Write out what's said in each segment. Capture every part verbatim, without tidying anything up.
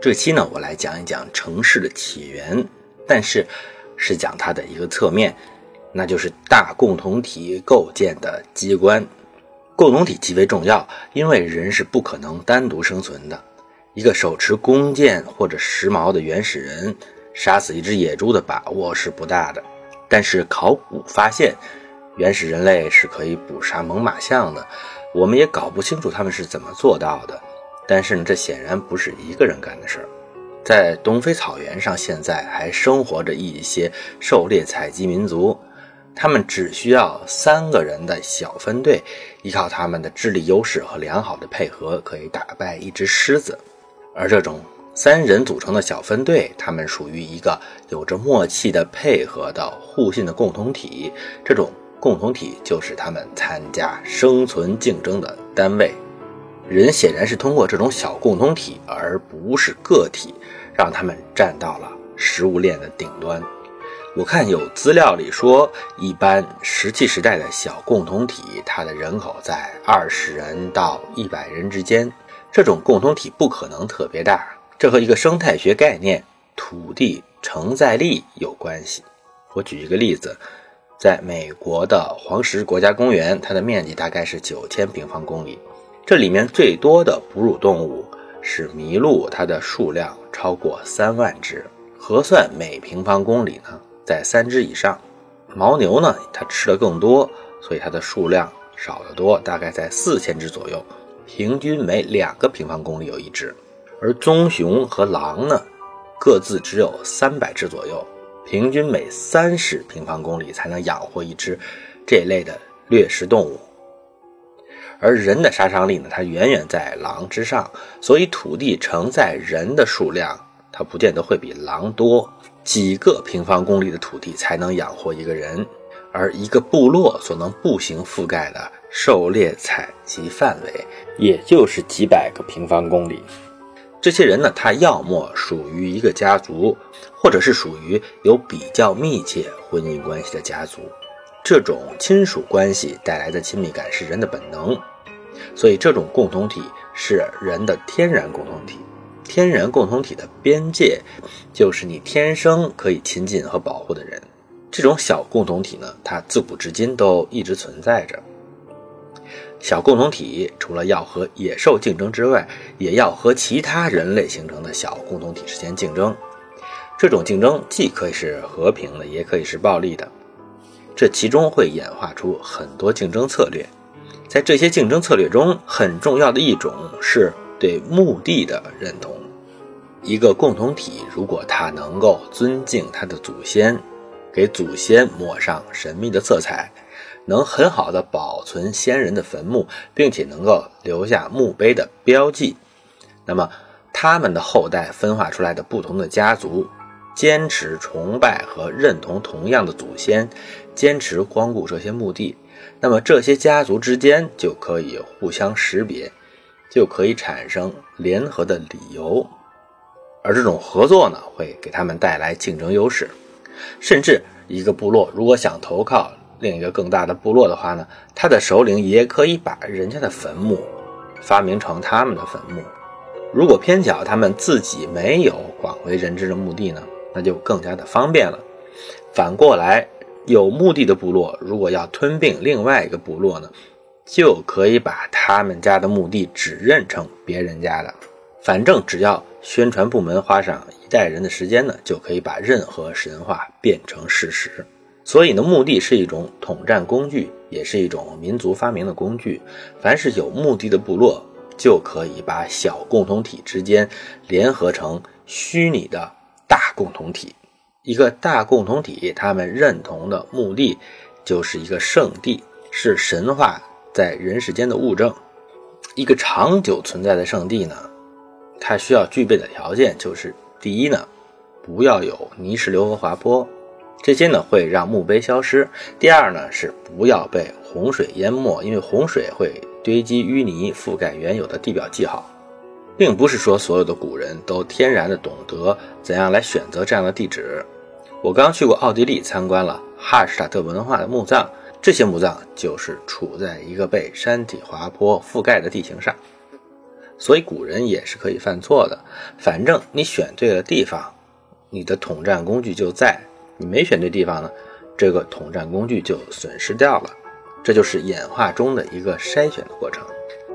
这期呢，我来讲一讲城市的起源，但是是讲它的一个侧面，那就是大共同体构建的机关。共同体极为重要，因为人是不可能单独生存的。一个手持弓箭或者时髦的原始人杀死一只野猪的把握是不大的，但是考古发现原始人类是可以捕杀猛犸象的，我们也搞不清楚他们是怎么做到的，但是呢，这显然不是一个人干的事儿。在东非草原上，现在还生活着一些狩猎采集民族，他们只需要三个人的小分队，依靠他们的智力优势和良好的配合，可以打败一只狮子。而这种三人组成的小分队，他们属于一个有着默契的配合的互信的共同体，这种共同体就是他们参加生存竞争的单位。人显然是通过这种小共同体而不是个体，让他们站到了食物链的顶端。我看有资料里说，一般石器时代的小共同体，它的人口在二十人到一百人之间，这种共同体不可能特别大，这和一个生态学概念土地承载力有关系。我举一个例子，在美国的黄石国家公园，它的面积大概是九千平方公里，这里面最多的哺乳动物是麋鹿，它的数量超过三万只，核算每平方公里呢在三只以上。牦牛呢，它吃的更多，所以它的数量少得多，大概在四千只左右，平均每两个平方公里有一只。而棕熊和狼呢，各自只有三百只左右，平均每三十平方公里才能养活一只这类的掠食动物。而人的杀伤力呢，它远远在狼之上，所以土地承载人的数量，它不见得会比狼多，几个平方公里的土地才能养活一个人，而一个部落所能步行覆盖的狩猎采集范围，也就是几百个平方公里。这些人呢，他要么属于一个家族，或者是属于有比较密切婚姻关系的家族。这种亲属关系带来的亲密感是人的本能，所以这种共同体是人的天然共同体。天然共同体的边界就是你天生可以亲近和保护的人。这种小共同体呢，它自古至今都一直存在着。小共同体除了要和野兽竞争之外，也要和其他人类形成的小共同体之间竞争。这种竞争既可以是和平的，也可以是暴力的。这其中会演化出很多竞争策略，在这些竞争策略中，很重要的一种是对目的的认同。一个共同体如果它能够尊敬它的祖先，给祖先抹上神秘的色彩，能很好的保存先人的坟墓，并且能够留下墓碑的标记，那么他们的后代分化出来的不同的家族，坚持崇拜和认同同样的祖先，坚持光顾这些墓地，那么这些家族之间就可以互相识别，就可以产生联合的理由。而这种合作呢，会给他们带来竞争优势。甚至一个部落如果想投靠另一个更大的部落的话呢，他的首领也可以把人家的坟墓发明成他们的坟墓。如果偏巧他们自己没有广为人知的墓地呢，那就更加的方便了。反过来，有墓地的部落如果要吞并另外一个部落呢，就可以把他们家的墓地指认成别人家的。反正只要宣传部门花上一代人的时间呢，就可以把任何神话变成事实。所以呢，墓地是一种统战工具，也是一种民族发明的工具。凡是有墓地的部落，就可以把小共同体之间联合成虚拟的大共同体。一个大共同体，他们认同的墓地就是一个圣地，是神话在人世间的物证。一个长久存在的圣地呢，它需要具备的条件就是，第一呢，不要有泥石流和滑坡，这些呢会让墓碑消失。第二呢，是不要被洪水淹没，因为洪水会堆积淤泥，覆盖原有的地表记号。并不是说所有的古人都天然的懂得怎样来选择这样的地址。我刚去过奥地利，参观了哈尔施塔特文化的墓葬，这些墓葬就是处在一个被山体滑坡覆盖的地形上。 所以古人也是可以犯错的。反正你选对了地方，你的统战工具就在；你没选对地方呢，这个统战工具就损失掉了。这就是演化中的一个筛选的过程。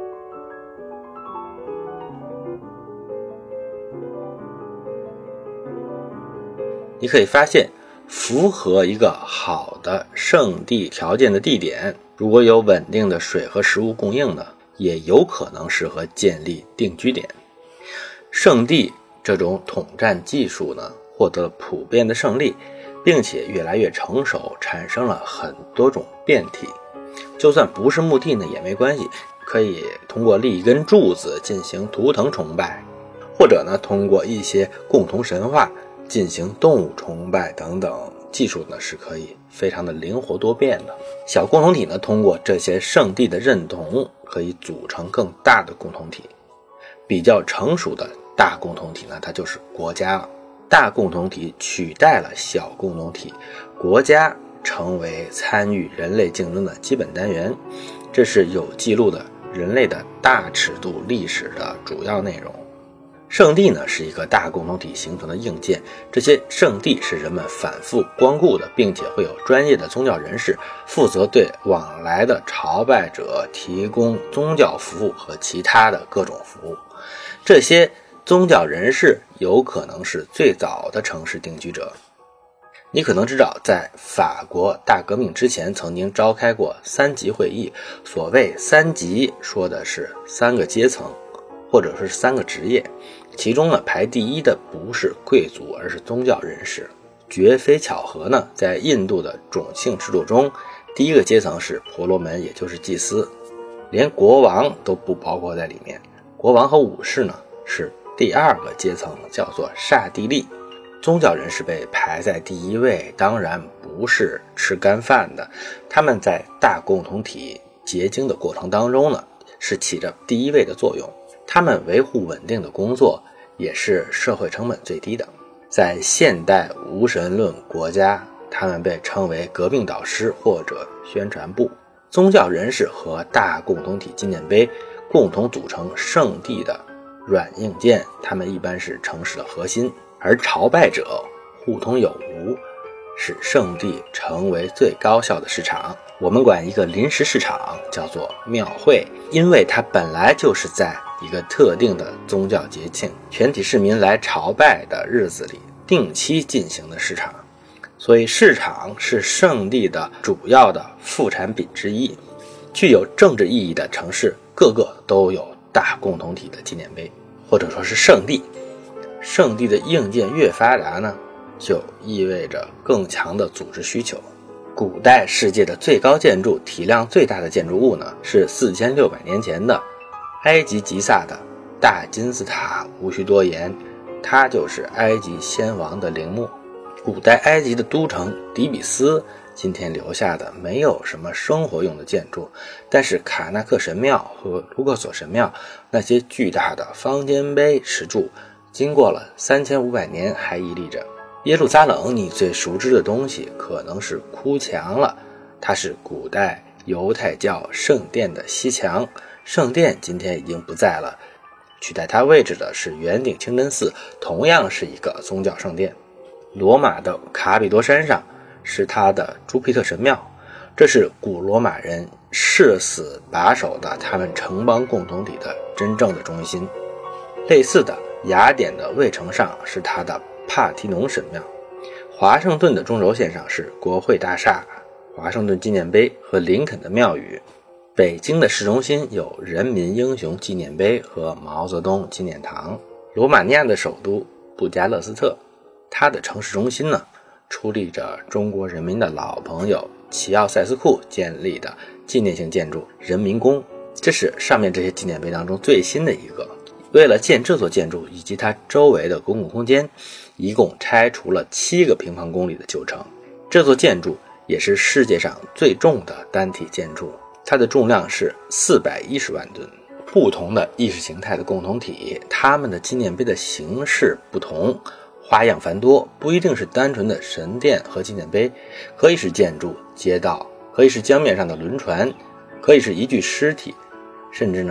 你可以发现，符合一个好的圣地条件的地点，如果有稳定的水和食物供应呢，也有可能适合建立定居点。圣地这种统战技术呢，获得了普遍的胜利，并且越来越成熟，产生了很多种变体。就算不是墓地呢也没关系，可以通过立一根柱子进行图腾崇拜，或者呢通过一些共同神话进行动物崇拜等等，技术呢是可以非常的灵活多变的。小共同体呢通过这些圣地的认同，可以组成更大的共同体。比较成熟的大共同体呢，它就是国家了。大共同体取代了小共同体，国家成为参与人类竞争的基本单元，这是有记录的人类的大尺度历史的主要内容。圣地呢是一个大共同体形成的硬件，这些圣地是人们反复光顾的，并且会有专业的宗教人士负责对往来的朝拜者提供宗教服务和其他的各种服务。这些宗教人士有可能是最早的城市定居者。你可能知道，在法国大革命之前曾经召开过三级会议，所谓三级说的是三个阶层或者是三个职业，其中呢排第一的不是贵族，而是宗教人士。绝非巧合呢，在印度的种姓制度中，第一个阶层是婆罗门，也就是祭司，连国王都不包括在里面。国王和武士呢是第二个阶层，叫做刹帝利。宗教人士被排在第一位，当然不是吃干饭的，他们在大共同体结晶的过程当中呢，是起着第一位的作用。他们维护稳定的工作也是社会成本最低的。在现代无神论国家，他们被称为革命导师或者宣传部。宗教人士和大共同体纪念碑共同组成圣地的软硬件，他们一般是城市的核心，而朝拜者互通有无，使圣地成为最高效的市场。我们管一个临时市场叫做庙会，因为它本来就是在一个特定的宗教节庆，全体市民来朝拜的日子里定期进行的市场，所以市场是圣地的主要的副产品之一。具有政治意义的城市个个都有大共同体的纪念碑，或者说是圣地。圣地的硬件越发达呢，就意味着更强的组织需求。古代世界的最高建筑、体量最大的建筑物呢，是四千六百年前的埃及吉萨的大金字塔。无需多言，它就是埃及先王的陵墓。古代埃及的都城底比斯今天留下的没有什么生活用的建筑，但是卡纳克神庙和卢克索神庙那些巨大的方尖碑石柱经过了三千五百年还屹立着。耶路撒冷你最熟知的东西可能是哭墙了，它是古代犹太教圣殿的西墙，圣殿今天已经不在了，取代它位置的是圆顶清真寺，同样是一个宗教圣殿。罗马的卡比多山上是它的朱庇特神庙，这是古罗马人誓死把守的他们城邦共同体的真正的中心。类似的，雅典的卫城上是它的帕提农神庙，华盛顿的中轴线上是国会大厦、华盛顿纪念碑和林肯的庙宇。北京的市中心有人民英雄纪念碑和毛泽东纪念堂。罗马尼亚的首都布加勒斯特，它的城市中心呢，矗立着中国人民的老朋友齐奥塞斯库建立的纪念性建筑人民宫，这是上面这些纪念碑当中最新的一个。为了建这座建筑以及它周围的公共空间，一共拆除了七个平方公里的旧城。这座建筑也是世界上最重的单体建筑，它的重量是四百一十万吨。不同的意识形态的共同体，它们的纪念碑的形式不同，花样繁多，不一定是单纯的神殿和纪念碑，可以是建筑、街道，可以是江面上的轮船，可以是一具尸体，甚至呢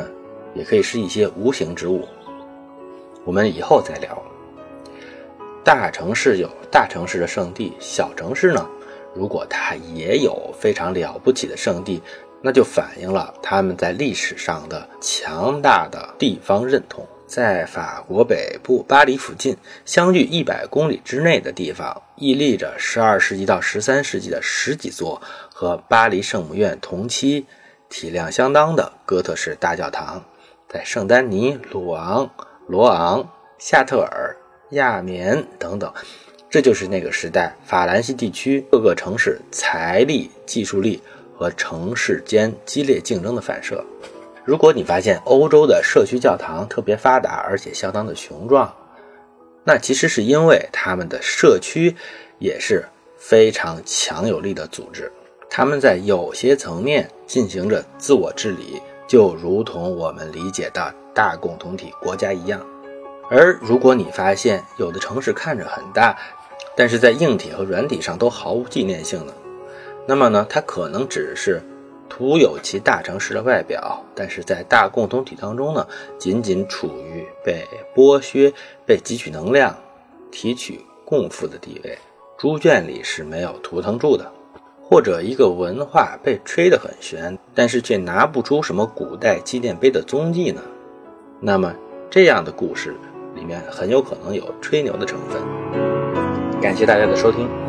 也可以是一些无形之物，我们以后再聊。大城市有大城市的圣地，小城市呢，如果它也有非常了不起的圣地，那就反映了他们在历史上的强大的地方认同。在法国北部巴黎附近，相距一百公里之内的地方，屹立着十二世纪到十三世纪的十几座和巴黎圣母院同期、体量相当的哥特式大教堂。在圣丹尼、鲁昂、罗昂、夏特尔、亚眠等等，这就是那个时代法兰西地区各个城市财力、技术力和城市间激烈竞争的反射。如果你发现欧洲的社区教堂特别发达，而且相当的雄壮，那其实是因为他们的社区也是非常强有力的组织，他们在有些层面进行着自我治理，就如同我们理解的大共同体国家一样。而如果你发现有的城市看着很大，但是在硬体和软体上都毫无纪念性的，那么呢，它可能只是徒有其大城市的外表，但是在大共同体当中呢，仅仅处于被剥削、被汲取能量、提取供赋的地位，猪圈里是没有图腾住的。或者一个文化被吹得很玄，但是却拿不出什么古代纪念碑的踪迹呢？那么这样的故事里面很有可能有吹牛的成分。感谢大家的收听。